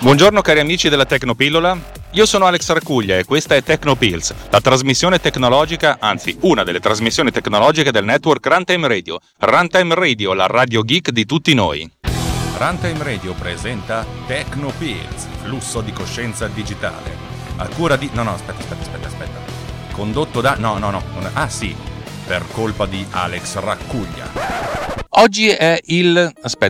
Buongiorno cari amici della Tecnopillola, io sono Alex Raccuglia e questa è Tecnopills, la trasmissione tecnologica, anzi una delle trasmissioni tecnologiche del network Runtime Radio. Runtime Radio, la radio geek di tutti noi. Runtime Radio presenta Tecnopills, flusso di coscienza digitale. A cura di... Aspetta. Condotto da... per colpa di Alex Raccuglia. Oggi è il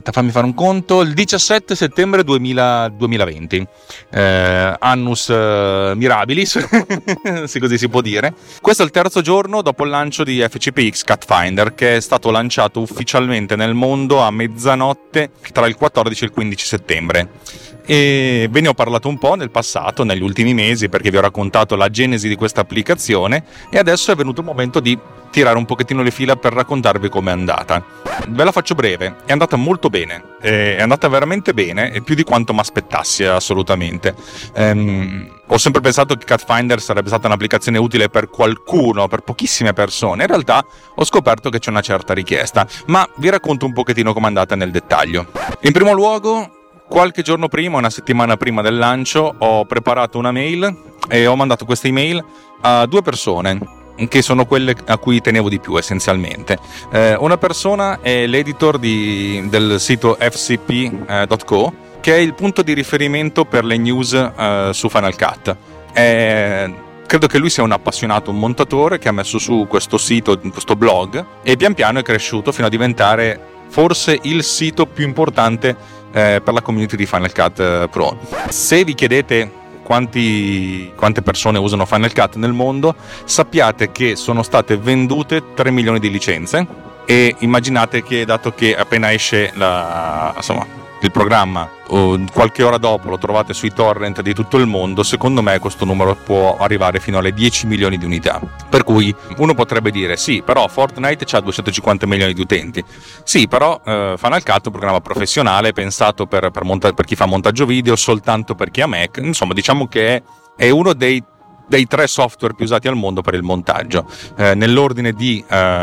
17 settembre 2020, annus mirabilis, se così si può dire. Questo è il terzo giorno dopo il lancio di FCPX Cat Finder, che è stato lanciato ufficialmente nel mondo a mezzanotte tra il 14 e il 15 settembre. E ve ne ho parlato un po' nel passato, negli ultimi mesi, perché vi ho raccontato la genesi di questa applicazione e adesso è venuto il momento di tirare un pochettino le fila per raccontarvi com'è andata. Ve la faccio breve, è andata molto bene, è andata veramente bene e più di quanto mi aspettassi assolutamente. Ho sempre pensato che Cat Finder sarebbe stata un'applicazione utile per qualcuno, per pochissime persone. In realtà ho scoperto che c'è una certa richiesta, ma vi racconto un pochettino com'è andata nel dettaglio. In primo luogo, qualche giorno prima, una settimana prima del lancio, ho preparato una mail e ho mandato questa email a due persone che sono quelle a cui tenevo di più essenzialmente. Una persona è l'editor del sito fcp.co, che è il punto di riferimento per le news su Final Cut. Credo che lui sia un appassionato, un montatore che ha messo su questo sito, questo blog, e pian piano è cresciuto fino a diventare forse il sito più importante per la community di Final Cut Pro. Se vi chiedete quante persone usano Final Cut nel mondo, sappiate che sono state vendute 3 milioni di licenze e immaginate che, dato che appena esce il programma o qualche ora dopo lo trovate sui torrent di tutto il mondo, secondo me questo numero può arrivare fino alle 10 milioni di unità. Per cui uno potrebbe dire sì, però Fortnite ha 250 milioni di utenti. Sì, però Final Cut è un programma professionale pensato per chi fa montaggio video, soltanto per chi ha Mac. Insomma, diciamo che è uno dei 3 software più usati al mondo per il montaggio. Nell'ordine di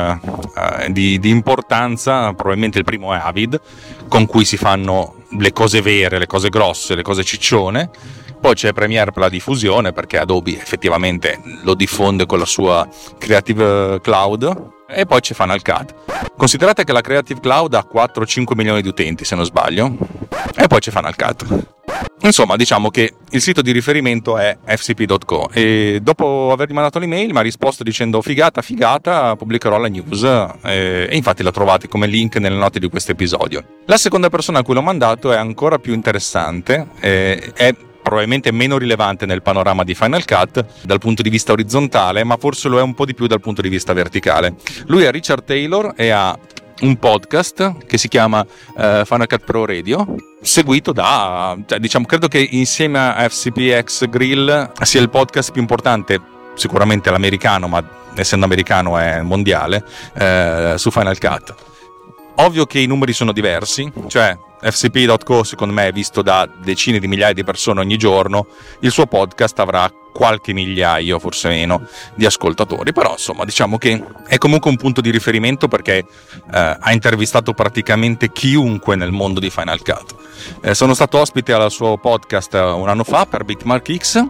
importanza, probabilmente il primo è Avid, con cui si fanno le cose vere, le cose grosse, le cose ciccione. Poi c'è Premiere per la diffusione, perché Adobe effettivamente lo diffonde con la sua Creative Cloud, e poi c'è Final Cut. Considerate che la Creative Cloud ha 4-5 milioni di utenti, se non sbaglio, e poi c'è Final Cut. Insomma, diciamo che il sito di riferimento è fcp.co e dopo aver mandato l'email mi ha risposto dicendo figata, pubblicherò la news, e infatti la trovate come link nelle note di questo episodio. La seconda persona a cui l'ho mandato è ancora più interessante, è probabilmente meno rilevante nel panorama di Final Cut dal punto di vista orizzontale, ma forse lo è un po' di più dal punto di vista verticale. Lui è Richard Taylor e ha un podcast che si chiama Final Cut Pro Radio, seguito credo che insieme a FCPX Grill sia il podcast più importante, sicuramente l'americano, ma essendo americano è mondiale, su Final Cut. Ovvio che i numeri sono diversi, cioè fcp.co secondo me è visto da decine di migliaia di persone ogni giorno, il suo podcast avrà qualche migliaio, forse meno, di ascoltatori, però insomma diciamo che è comunque un punto di riferimento perché ha intervistato praticamente chiunque nel mondo di Final Cut. Sono stato ospite al suo podcast un anno fa per Bitmark X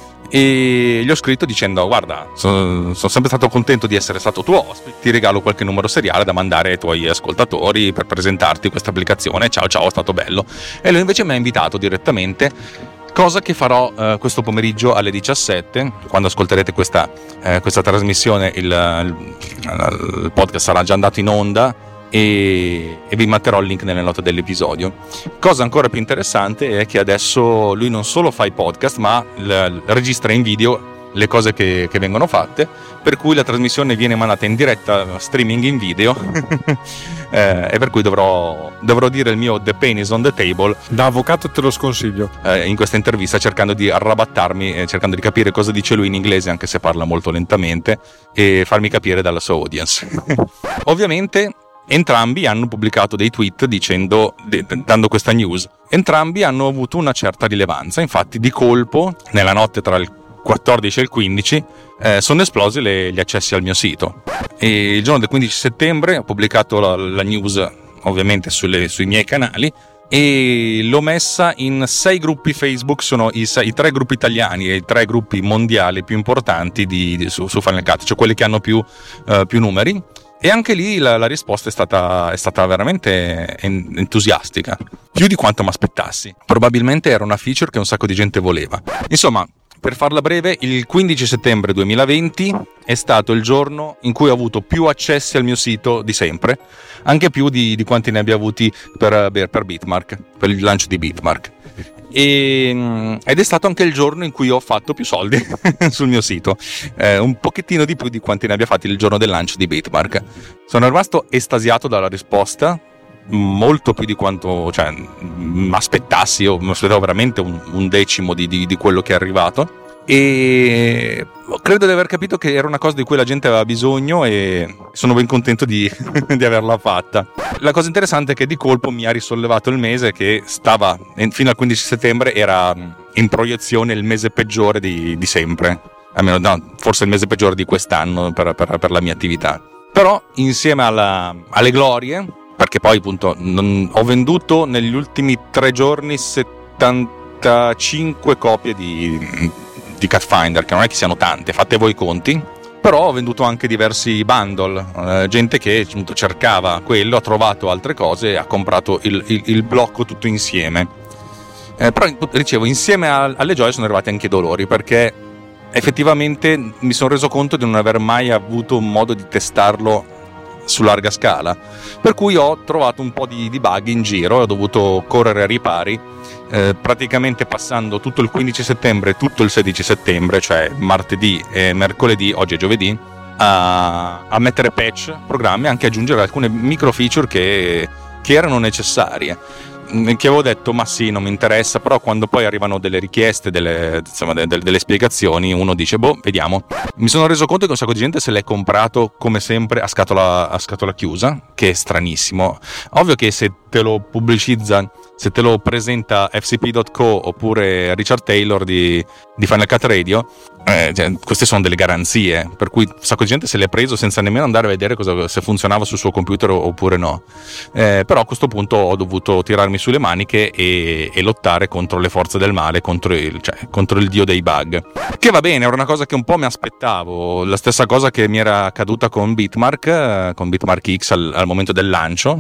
e gli ho scritto dicendo guarda, sono sempre stato contento di essere stato tuo ospite, ti regalo qualche numero seriale da mandare ai tuoi ascoltatori per presentarti questa applicazione, ciao è stato bello. E lui invece mi ha invitato direttamente, cosa che farò questo pomeriggio alle 17, quando ascolterete questa trasmissione il podcast sarà già andato in onda e vi metterò il link nelle note dell'episodio. Cosa ancora più interessante è che adesso lui non solo fa i podcast, ma registra in video le cose che vengono fatte, per cui la trasmissione viene mandata in diretta streaming in video e per cui dovrò dire il mio The Pain is on the table. Da avvocato te lo sconsiglio. In questa intervista, cercando di arrabattarmi, cercando di capire cosa dice lui in inglese, anche se parla molto lentamente, e farmi capire dalla sua audience. Ovviamente entrambi hanno pubblicato dei tweet dando questa news. Entrambi hanno avuto una certa rilevanza, infatti di colpo nella notte tra il 14 e il 15 sono esplosi gli accessi al mio sito, e il giorno del 15 settembre ho pubblicato la news ovviamente sui miei canali e l'ho messa in 6 gruppi Facebook. Sono i 3 gruppi italiani e i 3 gruppi mondiali più importanti su Final Cut, cioè quelli che hanno più numeri, e anche lì la risposta è stata veramente entusiastica, più di quanto mi aspettassi. Probabilmente era una feature che un sacco di gente voleva. Insomma, per farla breve, il 15 settembre 2020 è stato il giorno in cui ho avuto più accessi al mio sito di sempre, anche più di quanti ne abbia avuti per Bitmark, per il lancio di Bitmark. Ed è stato anche il giorno in cui ho fatto più soldi sul mio sito, un pochettino di più di quanti ne abbia fatti il giorno del lancio di Bitmark. Sono rimasto estasiato dalla risposta, molto più di quanto mi aspettassi. Io mi aspettavo veramente un decimo di quello che è arrivato, e credo di aver capito che era una cosa di cui la gente aveva bisogno, e sono ben contento di averla fatta. La cosa interessante è che di colpo mi ha risollevato il mese, che stava fino al 15 settembre era in proiezione il mese peggiore di sempre, almeno no, forse il mese peggiore di quest'anno per la mia attività. Però insieme alle glorie, perché poi appunto ho venduto negli ultimi 3 giorni 75 copie di Catfinder, che non è che siano tante, fate voi i conti, però ho venduto anche diversi bundle, gente che appunto cercava quello, ha trovato altre cose e ha comprato il blocco tutto insieme. Però dicevo, insieme alle gioie sono arrivati anche i dolori, perché effettivamente mi sono reso conto di non aver mai avuto un modo di testarlo su larga scala, per cui ho trovato un po' di bug in giro e ho dovuto correre ai ripari, praticamente passando tutto il 15 settembre e tutto il 16 settembre, cioè martedì e mercoledì, oggi è giovedì, a mettere patch, programmi, anche aggiungere alcune micro feature che erano necessarie, che avevo detto ma sì, non mi interessa, però quando poi arrivano delle richieste, delle spiegazioni, uno dice vediamo. Mi sono reso conto che un sacco di gente se l'è comprato come sempre a scatola chiusa, che è stranissimo. Ovvio che se te lo pubblicizza, se te lo presenta fcp.co oppure Richard Taylor di Final Cut Radio, queste sono delle garanzie, per cui un sacco di gente se l'è preso senza nemmeno andare a vedere se funzionava sul suo computer oppure no. Però a questo punto ho dovuto tirarmi sulle maniche e lottare contro le forze del male, contro il dio dei bug, che va bene, era una cosa che un po' mi aspettavo, la stessa cosa che mi era accaduta con Bitmark X al momento del lancio,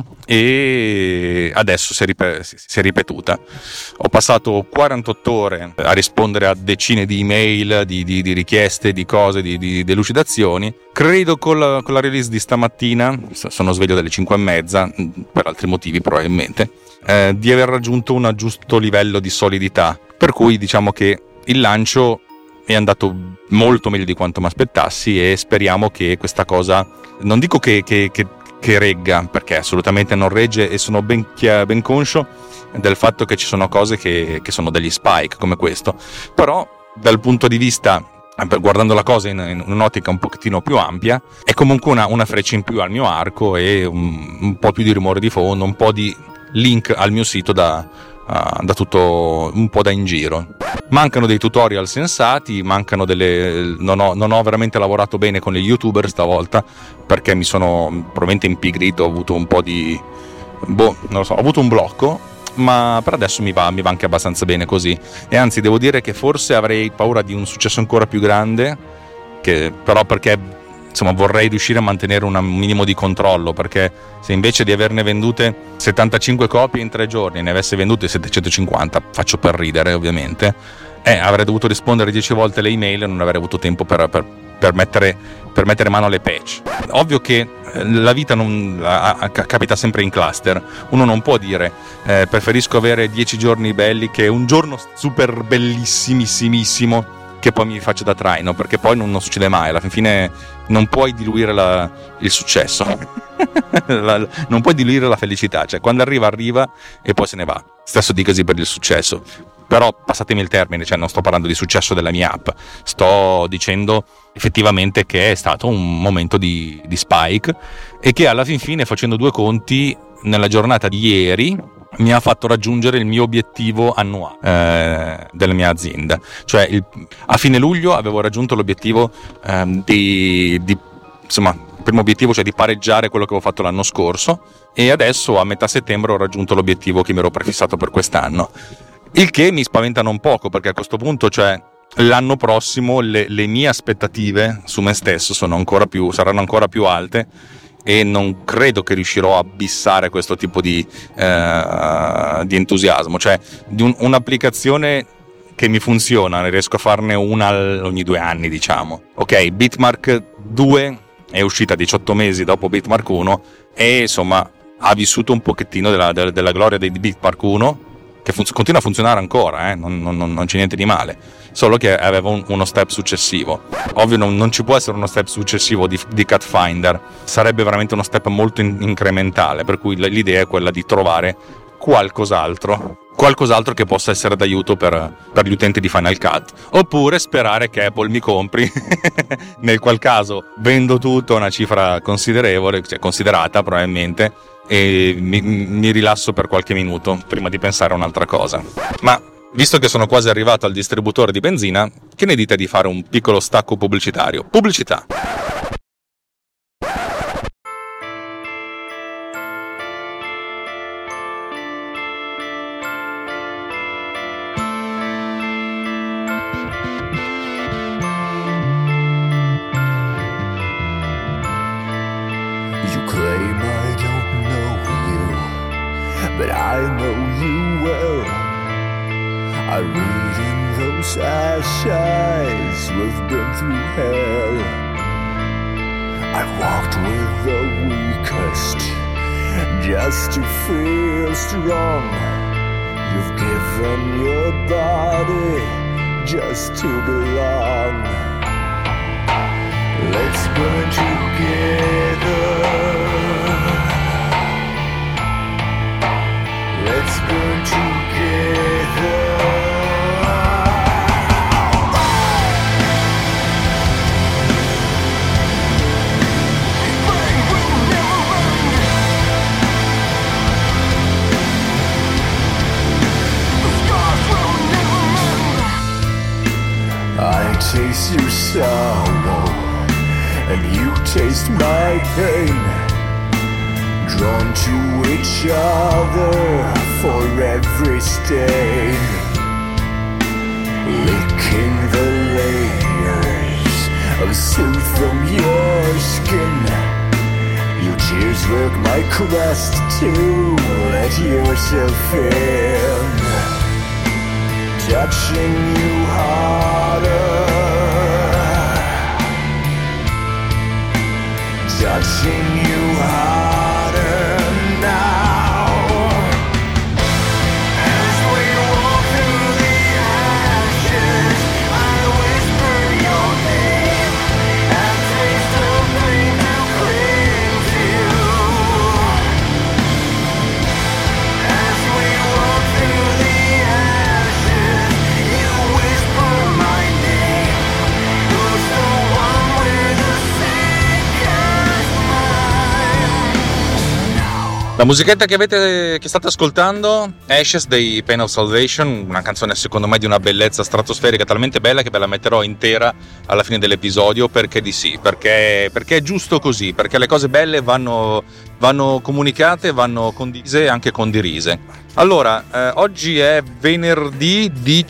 e adesso si è ripetuta. Ho passato 48 ore a rispondere a decine di email, di richieste, di cose, di delucidazioni. Credo con la release di stamattina, sono sveglio dalle 5:30 per altri motivi probabilmente, di aver raggiunto un giusto livello di solidità, per cui diciamo che il lancio è andato molto meglio di quanto mi aspettassi, e speriamo che questa cosa, non dico che regga, perché assolutamente non regge, e sono ben conscio del fatto che ci sono cose che sono degli spike come questo, però dal punto di vista, guardando la cosa in un'ottica un pochettino più ampia, è comunque una freccia in più al mio arco, e un po' più di rumore di fondo, un po' di link al mio sito da tutto un po' da in giro. Mancano dei tutorial sensati, mancano non ho veramente lavorato bene con gli youtuber stavolta, perché mi sono probabilmente impigrito, ho avuto un po' di non lo so, ho avuto un blocco, ma per adesso mi va anche abbastanza bene così, e anzi devo dire che forse avrei paura di un successo ancora più grande, però perché insomma vorrei riuscire a mantenere un minimo di controllo, perché se invece di averne vendute 75 copie in 3 giorni ne avesse vendute 750, faccio per ridere ovviamente, avrei dovuto rispondere 10 volte le email e non avrei avuto tempo per mettere mano alle patch. Ovvio che la vita capita sempre in cluster, uno non può dire preferisco avere 10 giorni belli che un giorno super bellissimissimo che poi mi faccio da traino, perché poi non succede mai, alla fine non puoi diluire il successo non puoi diluire la felicità, cioè quando arriva e poi se ne va. Stesso dicasi per il successo, però passatemi il termine, cioè non sto parlando di successo della mia app, sto dicendo effettivamente che è stato un momento di spike, e che alla fine, facendo 2 conti, nella giornata di ieri mi ha fatto raggiungere il mio obiettivo annuale della mia azienda, cioè a fine luglio avevo raggiunto l'obiettivo di primo obiettivo, cioè di pareggiare quello che avevo fatto l'anno scorso, e adesso a metà settembre ho raggiunto l'obiettivo che mi ero prefissato per quest'anno, il che mi spaventa non poco, perché a questo punto, cioè, l'anno prossimo le mie aspettative su me stesso saranno ancora più alte, e non credo che riuscirò a bissare questo tipo di entusiasmo. Cioè, di un'applicazione che mi funziona ne riesco a farne una ogni 2 anni, diciamo. Ok, Bitmark 2 è uscita 18 mesi dopo Bitmark 1 e insomma ha vissuto un pochettino della gloria di Bitmark 1, che continua a funzionare ancora, non c'è niente di male, solo che aveva uno step successivo. Ovvio non ci può essere uno step successivo di Cat Finder, sarebbe veramente uno step molto incrementale, per cui l'idea è quella di trovare qualcos'altro che possa essere d'aiuto per gli utenti di Final Cut, oppure sperare che Apple mi compri nel qual caso vendo tutto a una cifra considerevole, cioè considerata probabilmente, e mi rilasso per qualche minuto prima di pensare a un'altra cosa. Ma visto che sono quasi arrivato al distributore di benzina, che ne dite di fare un piccolo stacco pubblicitario? Pubblicità. But I know you well. I read in those ash eyes we've been through hell. I've walked with the weakest just to feel strong. You've given your body just to belong. Let's burn together. Let's burn together. I taste your sorrow, and you taste my pain. Drawn to each other for every stain, licking the layers of soot from your skin. Your tears work my quest to let yourself in, touching you harder, touching you harder. La musichetta che state ascoltando, Ashes dei Pain of Salvation, una canzone secondo me di una bellezza stratosferica, talmente bella che ve la metterò intera alla fine dell'episodio, perché è giusto così, perché le cose belle vanno comunicate, vanno condivise e anche condirise. Allora, oggi è venerdì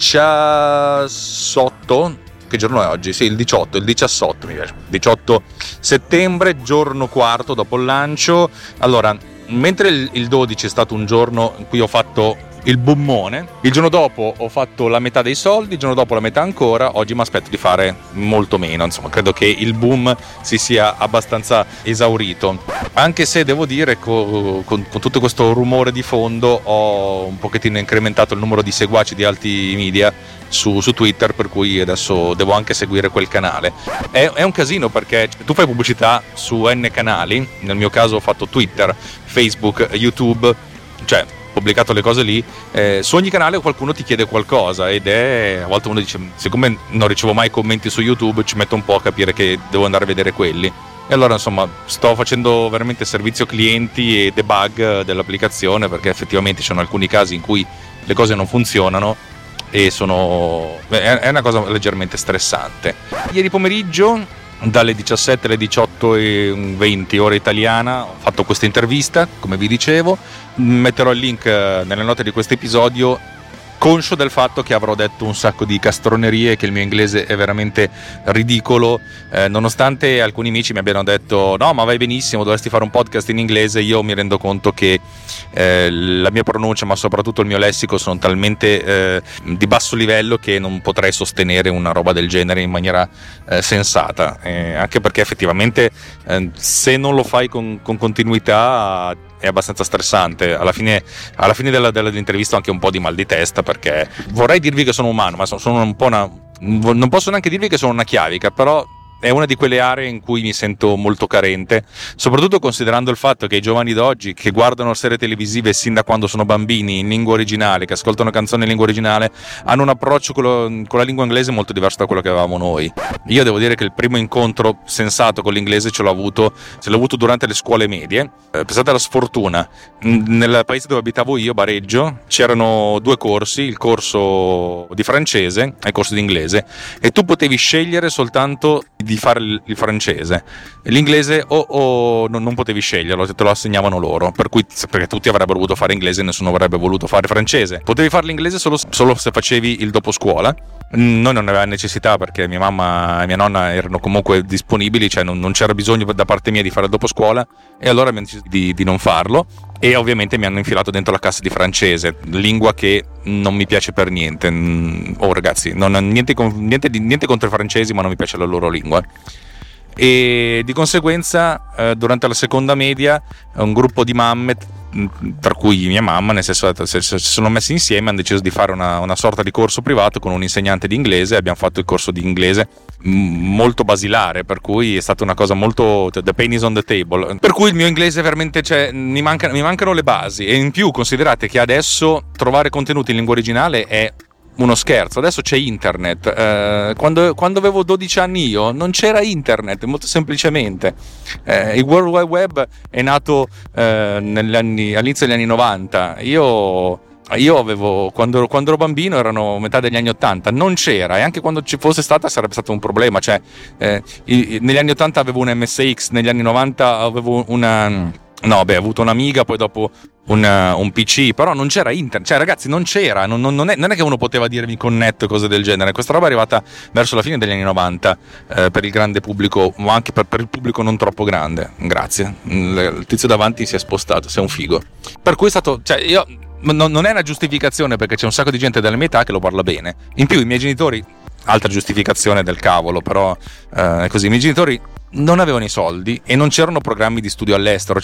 18. Che giorno è oggi? Sì, il 17 mi piace. 18 settembre, giorno quarto dopo il lancio. Allora, mentre il 12 è stato un giorno in cui ho fatto il boomone, il giorno dopo ho fatto la metà dei soldi, il giorno dopo la metà ancora, oggi mi aspetto di fare molto meno, insomma credo che il boom si sia abbastanza esaurito, anche se devo dire con tutto questo rumore di fondo ho un pochettino incrementato il numero di seguaci di Alti Media su Twitter, per cui adesso devo anche seguire quel canale. È un casino perché tu fai pubblicità su N canali, nel mio caso ho fatto Twitter, Facebook, YouTube, cioè pubblicato le cose lì, su ogni canale qualcuno ti chiede qualcosa ed a volte uno dice, siccome non ricevo mai commenti su YouTube ci metto un po' a capire che devo andare a vedere quelli, e allora insomma sto facendo veramente servizio clienti e debug dell'applicazione, perché effettivamente ci sono alcuni casi in cui le cose non funzionano e è una cosa leggermente stressante. Ieri pomeriggio dalle 17 alle 18:20 ora italiana. Ho fatto questa intervista, come vi dicevo, metterò il link nelle note di questo episodio, conscio del fatto che avrò detto un sacco di castronerie e che il mio inglese è veramente ridicolo, nonostante alcuni amici mi abbiano detto no, ma vai benissimo, dovresti fare un podcast in inglese. Io mi rendo conto che la mia pronuncia, ma soprattutto il mio lessico, sono talmente di basso livello che non potrei sostenere una roba del genere in maniera sensata, anche perché effettivamente se non lo fai con continuità è abbastanza stressante. Alla fine dell'intervista ho anche un po' di mal di testa, perché vorrei dirvi che sono umano, ma sono un po' non posso neanche dirvi che sono una chiavica, però è una di quelle aree in cui mi sento molto carente, soprattutto considerando il fatto che i giovani d'oggi, che guardano serie televisive sin da quando sono bambini in lingua originale, che ascoltano canzoni in lingua originale, hanno un approccio con la lingua inglese molto diverso da quello che avevamo noi. Io devo dire che il primo incontro sensato con l'inglese ce l'ho avuto durante le scuole medie. Pensate alla sfortuna: nel paese dove abitavo io, Bareggio, c'erano 2 corsi, il corso di francese e il corso di inglese, e tu potevi scegliere soltanto di fare il francese. L'inglese o non potevi sceglierlo, te lo assegnavano loro, perché tutti avrebbero voluto fare inglese e nessuno avrebbe voluto fare francese. Potevi fare l'inglese solo se facevi il doposcuola. Noi non avevamo necessità, perché mia mamma e mia nonna erano comunque disponibili, cioè non c'era bisogno da parte mia di fare il doposcuola, e allora abbiamo deciso di non farlo, e ovviamente mi hanno infilato dentro la classe di francese, lingua che non mi piace per niente. Ragazzi, non ho niente contro i francesi, ma non mi piace la loro lingua. E di conseguenza durante la seconda media un gruppo di mamme, tra cui mia mamma, nel senso, si sono messi insieme, hanno deciso di fare una sorta di corso privato con un insegnante di inglese. Abbiamo fatto il corso di inglese molto basilare, per cui è stata una cosa molto the pain is on the table, per cui il mio inglese veramente, mi mancano le basi. E in più considerate che adesso trovare contenuti in lingua originale è uno scherzo. Adesso c'è internet. Quando avevo 12 anni io non c'era internet, molto semplicemente. Il World Wide Web è nato all'inizio degli anni 90. Io avevo, quando ero bambino, erano metà degli anni 80, non c'era, e anche quando ci fosse stata sarebbe stato un problema. Negli anni 80 avevo un MSX, negli anni 90 avevo ho avuto un'Amiga, poi dopo un PC, però non c'era internet, ragazzi, non c'era, non è che uno poteva dirvi connetto e cose del genere. Questa roba è arrivata verso la fine degli anni 90 per il grande pubblico, ma anche per il pubblico non troppo grande. Grazie, il tizio davanti si è spostato, sei un figo. Per cui è stato, non è una giustificazione, perché c'è un sacco di gente della mia età che lo parla bene. In più i miei genitori, altra giustificazione del cavolo, però è così, i miei genitori non avevano i soldi e non c'erano programmi di studio all'estero,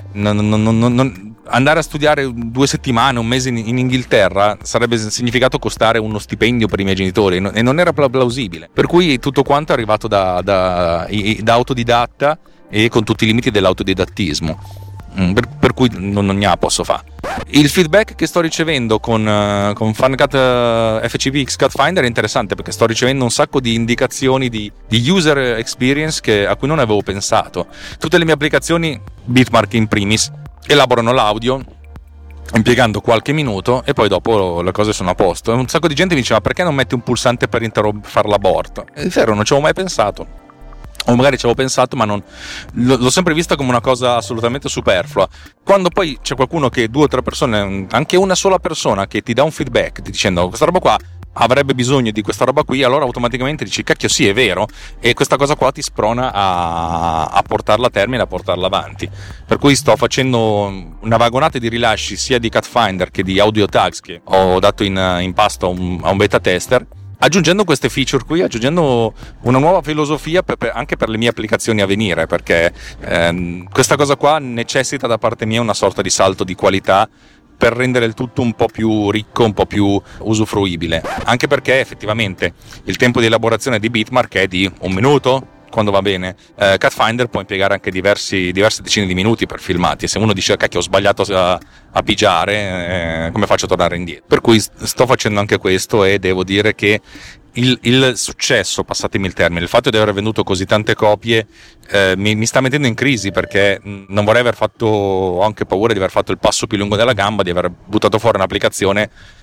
andare a studiare 2 settimane, un mese in Inghilterra sarebbe significato costare uno stipendio per i miei genitori, e non era plausibile. Per cui tutto quanto è arrivato da autodidatta, e con tutti i limiti dell'autodidattismo. Per cui non ne posso fare. Il feedback che sto ricevendo con FunCut FCB Xcut Finder è interessante, perché sto ricevendo un sacco di indicazioni di user experience a cui non avevo pensato. Tutte le mie applicazioni, Bitmark in primis, elaborano l'audio impiegando qualche minuto, e poi dopo le cose sono a posto. Un sacco di gente mi diceva: perché non metti un pulsante per fare l'aborto? È vero, non ci avevo mai pensato. O magari ci avevo pensato, ma l'ho sempre vista come una cosa assolutamente superflua. Quando poi c'è qualcuno, che 2 o 3 persone, anche una sola persona, che ti dà un feedback dicendo questa roba qua avrebbe bisogno di questa roba qui, allora automaticamente dici cacchio, sì, è vero, e questa cosa qua ti sprona a portarla a termine, a portarla avanti. Per cui sto facendo una vagonata di rilasci sia di Cut Finder che di audio tags, che ho dato in pasto a un beta tester, aggiungendo queste feature qui, aggiungendo una nuova filosofia anche per le mie applicazioni a venire, perché questa cosa qua necessita da parte mia una sorta di salto di qualità per rendere il tutto un po' più ricco, un po' più usufruibile, anche perché effettivamente il tempo di elaborazione di Bitmark è di 1 minuto, quando va bene. Cut Finder può impiegare anche diverse decine di minuti per filmati, e se uno dice cacchio, ho sbagliato a pigiare, come faccio a tornare indietro? Per cui sto facendo anche questo, e devo dire che il successo, passatemi il termine, il fatto di aver venduto così tante copie mi sta mettendo in crisi, perché non vorrei ho anche paura di aver fatto il passo più lungo della gamba, di aver buttato fuori un'applicazione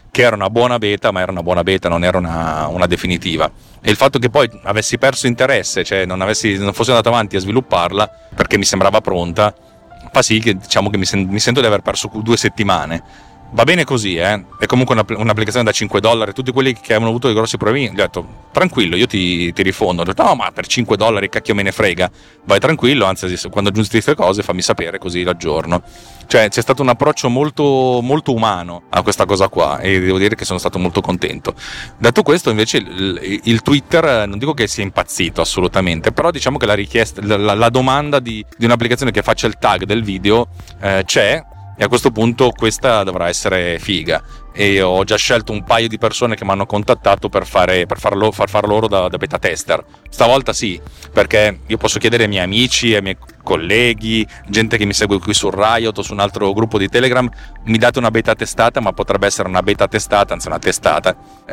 che era una buona beta, ma era una buona beta, non era una definitiva. E il fatto che poi avessi perso interesse, cioè non fossi andato avanti a svilupparla perché mi sembrava pronta, fa sì che diciamo che mi sento di aver perso 2 settimane. Va bene così, è comunque un'applicazione da $5. Tutti quelli che avevano avuto dei grossi problemi gli ho detto tranquillo, io ti rifondo. Ho detto no, ma per $5 cacchio me ne frega, vai tranquillo, anzi quando aggiungi queste cose fammi sapere così l'aggiorno. Cioè c'è stato un approccio molto, molto umano a questa cosa qua e devo dire che sono stato molto contento. Detto questo, invece il Twitter non dico che sia impazzito assolutamente, però diciamo che la richiesta, la domanda di un'applicazione che faccia il tag del video c'è. E a questo punto questa dovrà essere figa. E ho già scelto un paio di persone che mi hanno contattato per far loro da beta tester. Stavolta sì, perché io posso chiedere ai miei amici, ai miei colleghi, gente che mi segue qui su Riot o su un altro gruppo di Telegram, mi date una beta testata, ma potrebbe essere una beta testata, anzi una testata,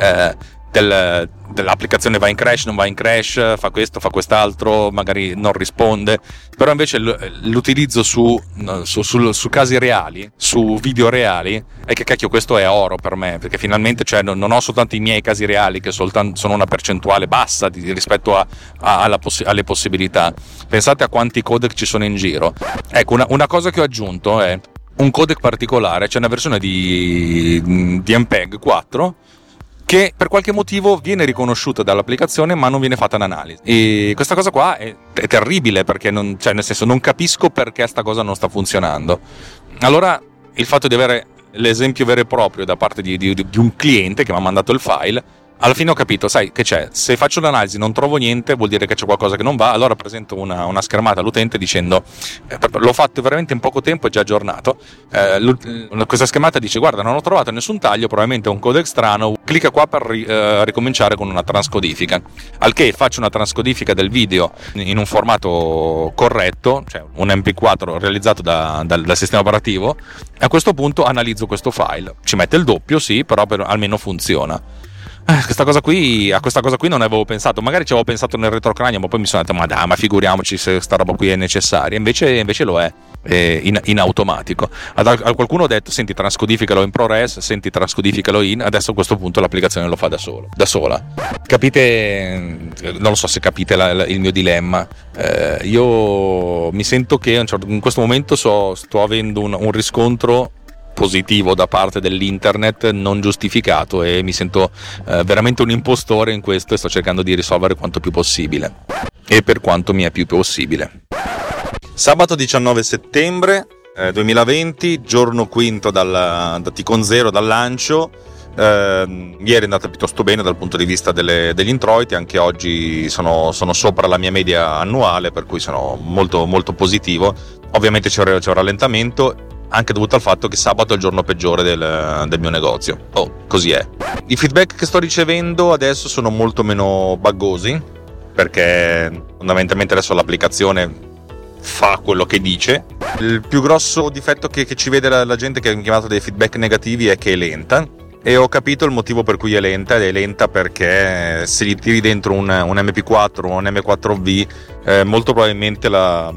dell'applicazione va in crash, non va in crash, fa questo, fa quest'altro, magari non risponde. Però invece l'utilizzo su casi reali, su video reali, è che cacchio questo è oro per me, perché finalmente cioè, non ho soltanto i miei casi reali che sono una percentuale bassa rispetto alle possibilità. Pensate a quanti codec ci sono in giro. Ecco, una cosa che ho aggiunto è un codec particolare, c'è una versione di MPEG 4 che per qualche motivo viene riconosciuta dall'applicazione ma non viene fatta un'analisi, e questa cosa qua è terribile, perché non capisco perché sta cosa non sta funzionando. Allora il fatto di avere l'esempio vero e proprio da parte di un cliente che mi ha mandato il file, alla fine ho capito, sai che c'è, se faccio l'analisi non trovo niente, vuol dire che c'è qualcosa che non va. Allora presento una schermata all'utente dicendo l'ho fatto veramente in poco tempo, è già aggiornato. Questa schermata dice guarda, non ho trovato nessun taglio, probabilmente è un codec strano, clicca qua per ricominciare con una transcodifica. Al che faccio una transcodifica del video in un formato corretto, cioè un MP4 realizzato dal sistema operativo, e a questo punto analizzo questo file, ci mette il doppio sì, però almeno funziona. A questa cosa qui non avevo pensato, magari ci avevo pensato nel retrocranio, ma poi mi sono detto ma figuriamoci se sta roba qui è necessaria. Invece lo è in automatico. A qualcuno ho detto senti, transcodificalo in ProRes, senti, transcodificalo adesso a questo punto l'applicazione lo fa da sola. Capite? Non lo so se capite il mio dilemma. Io mi sento che in questo momento sto avendo un riscontro positivo da parte dell'internet non giustificato, e mi sento veramente un impostore in questo, e sto cercando di risolvere quanto più possibile e per quanto mi è più possibile. Sabato 19 settembre 2020, giorno quinto da Ticon Zero, dal lancio. Ieri è andata piuttosto bene dal punto di vista degli introiti, anche oggi sono sopra la mia media annuale, per cui sono molto molto positivo. Ovviamente c'è un rallentamento, anche dovuto al fatto che sabato è il giorno peggiore del mio negozio. Così è. I feedback che sto ricevendo adesso sono molto meno buggosi, perché fondamentalmente adesso l'applicazione fa quello che dice. Il più grosso difetto che ci vede la gente che ha chiamato dei feedback negativi è che è lenta, e ho capito il motivo per cui è lenta, ed è lenta perché se gli tiri dentro un MP4 o un M4V, molto probabilmente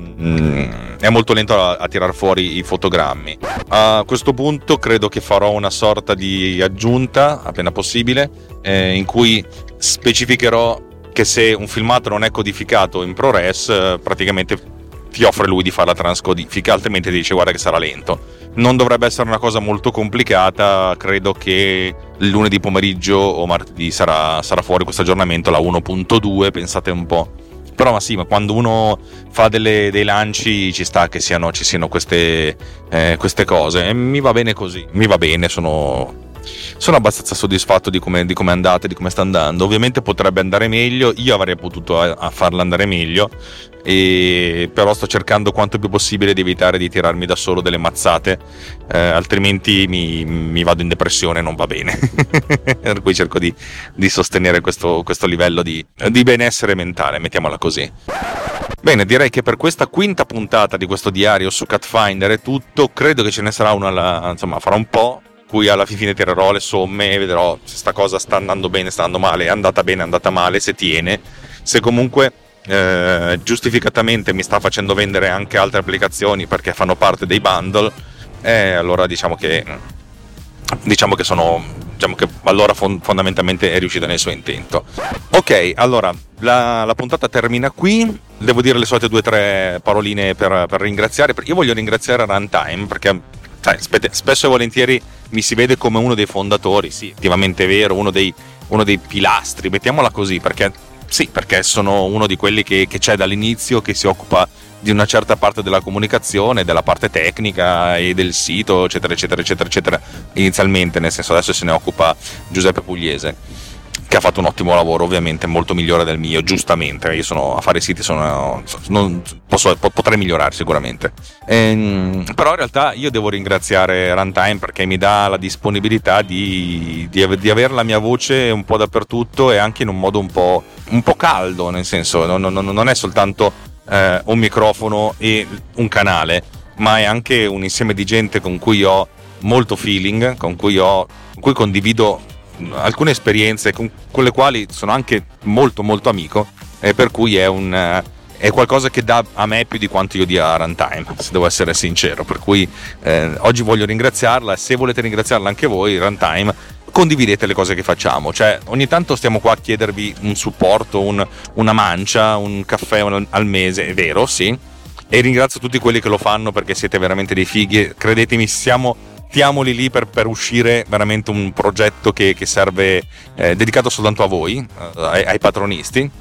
è molto lento a tirar fuori i fotogrammi. A questo punto credo che farò una sorta di aggiunta appena possibile, in cui specificherò che se un filmato non è codificato in ProRes, praticamente ti offre lui di fare la transcodifica, altrimenti ti dice guarda che sarà lento. Non dovrebbe essere una cosa molto complicata, credo che lunedì pomeriggio o martedì sarà fuori questo aggiornamento, la 1.2, pensate un po'. Però ma quando uno fa dei lanci ci sta che ci siano queste cose, e mi va bene così, mi va bene, sono abbastanza soddisfatto di come è andata, di come sta andando. Ovviamente potrebbe andare meglio, io avrei potuto farla andare meglio, però sto cercando quanto più possibile di evitare di tirarmi da solo delle mazzate, altrimenti mi vado in depressione, non va bene. Per cui cerco di sostenere questo livello di benessere mentale, mettiamola così. Bene, direi che per questa quinta puntata di questo diario su Catfinder è tutto. Credo che ce ne sarà una, farà un po', cui alla fine tirerò le somme e vedrò se sta cosa sta andando bene, sta andando male, è andata bene, è andata male, se tiene, se comunque giustificatamente mi sta facendo vendere anche altre applicazioni perché fanno parte dei bundle, allora diciamo che sono diciamo che allora fondamentalmente è riuscita nel suo intento. Ok, allora la puntata termina qui. Devo dire le solite 2 o 3 paroline per ringraziare. Io voglio ringraziare Runtime perché spesso e volentieri mi si vede come uno dei fondatori. Sì, effettivamente è vero, uno dei pilastri, mettiamola così, perché sono uno di quelli che c'è dall'inizio, che si occupa di una certa parte della comunicazione, della parte tecnica e del sito, eccetera eccetera eccetera eccetera, inizialmente, nel senso adesso se ne occupa Giuseppe Pugliese, che ha fatto un ottimo lavoro, ovviamente molto migliore del mio, giustamente. Io a fare siti potrei migliorare sicuramente, però in realtà io devo ringraziare Runtime perché mi dà la disponibilità di avere la mia voce un po' dappertutto e anche in un modo un po' caldo, nel senso non è soltanto un microfono e un canale, ma è anche un insieme di gente con cui ho molto feeling, con cui condivido alcune esperienze con le quali sono anche molto molto amico, e per cui è qualcosa che dà a me più di quanto io dia a Runtime, se devo essere sincero. Per cui oggi voglio ringraziarla. Se volete ringraziarla anche voi, Runtime, condividete le cose che facciamo. Cioè, ogni tanto stiamo qua a chiedervi un supporto, una mancia, un caffè al mese, è vero, sì, e ringrazio tutti quelli che lo fanno perché siete veramente dei fighi. Credetemi, mettiamoli lì per uscire veramente un progetto che serve, dedicato soltanto a voi, ai patronisti.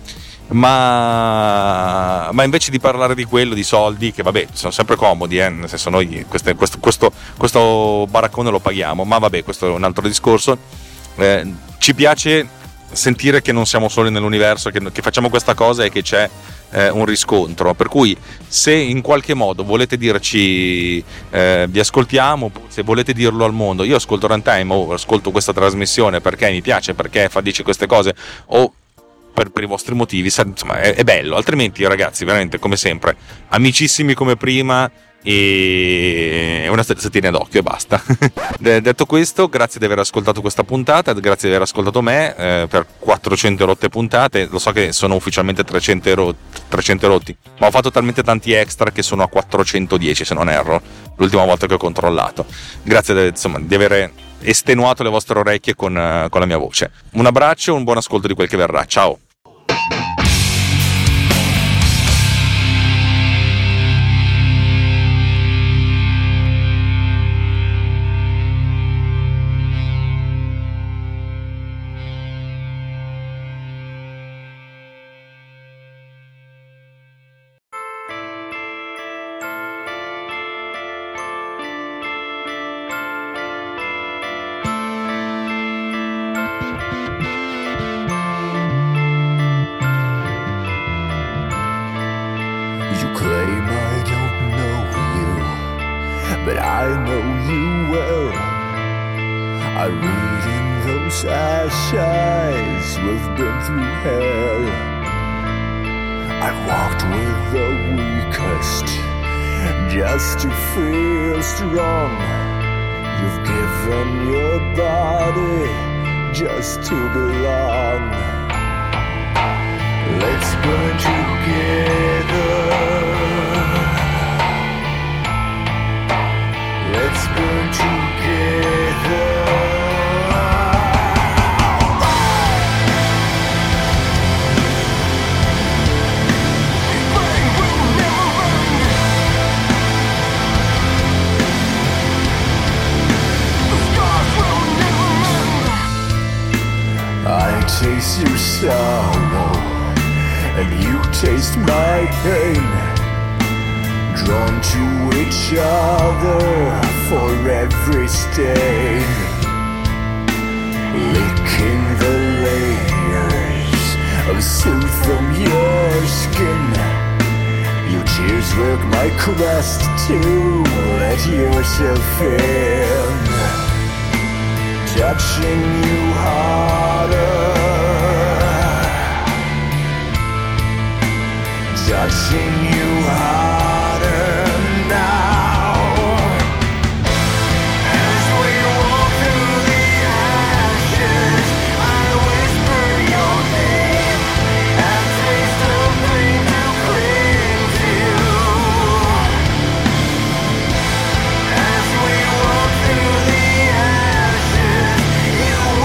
Ma invece di parlare di quello, di soldi, che vabbè sono sempre comodi, nel senso noi questo baraccone lo paghiamo, ma vabbè, questo è un altro discorso. Ci piace sentire che non siamo soli nell'universo, che facciamo questa cosa e che c'è un riscontro, per cui se in qualche modo volete dirci vi ascoltiamo, se volete dirlo al mondo, io ascolto Runtime o ascolto questa trasmissione perché mi piace, perché dice queste cose, o per i vostri motivi, insomma è bello. Altrimenti, ragazzi, veramente come sempre amicissimi come prima e una strizzatina d'occhio e basta. Detto questo, grazie di aver ascoltato questa puntata, grazie di aver ascoltato me per 400 rotte puntate. Lo so che sono ufficialmente 300 rotti, ma ho fatto talmente tanti extra che sono a 410 se non erro l'ultima volta che ho controllato. Grazie di aver estenuato le vostre orecchie con la mia voce. Un abbraccio, un buon ascolto di quel che verrà. Ciao. Eyes, we've been through hell. I walked with the weakest just to feel strong. You've given your body just to belong. Let's burn together. Let's burn together. I taste your sorrow, and you taste my pain. Drawn to each other for every stain. Licking the layers of soot from your skin. Your tears work my crust to let yourself in. Touching you harder, touching you harder now. As we walk through the ashes, I whisper your name and taste the pain to cling to. As we walk through the ashes, you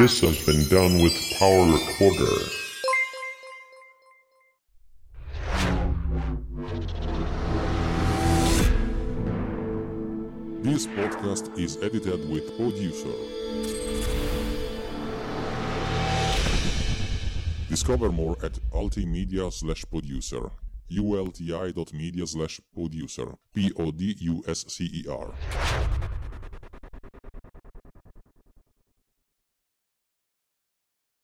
This has been done with Power Recorder. This podcast is edited with Producer. Discover more at ultimedia/producer. ulti.media/producer. PODUSCER.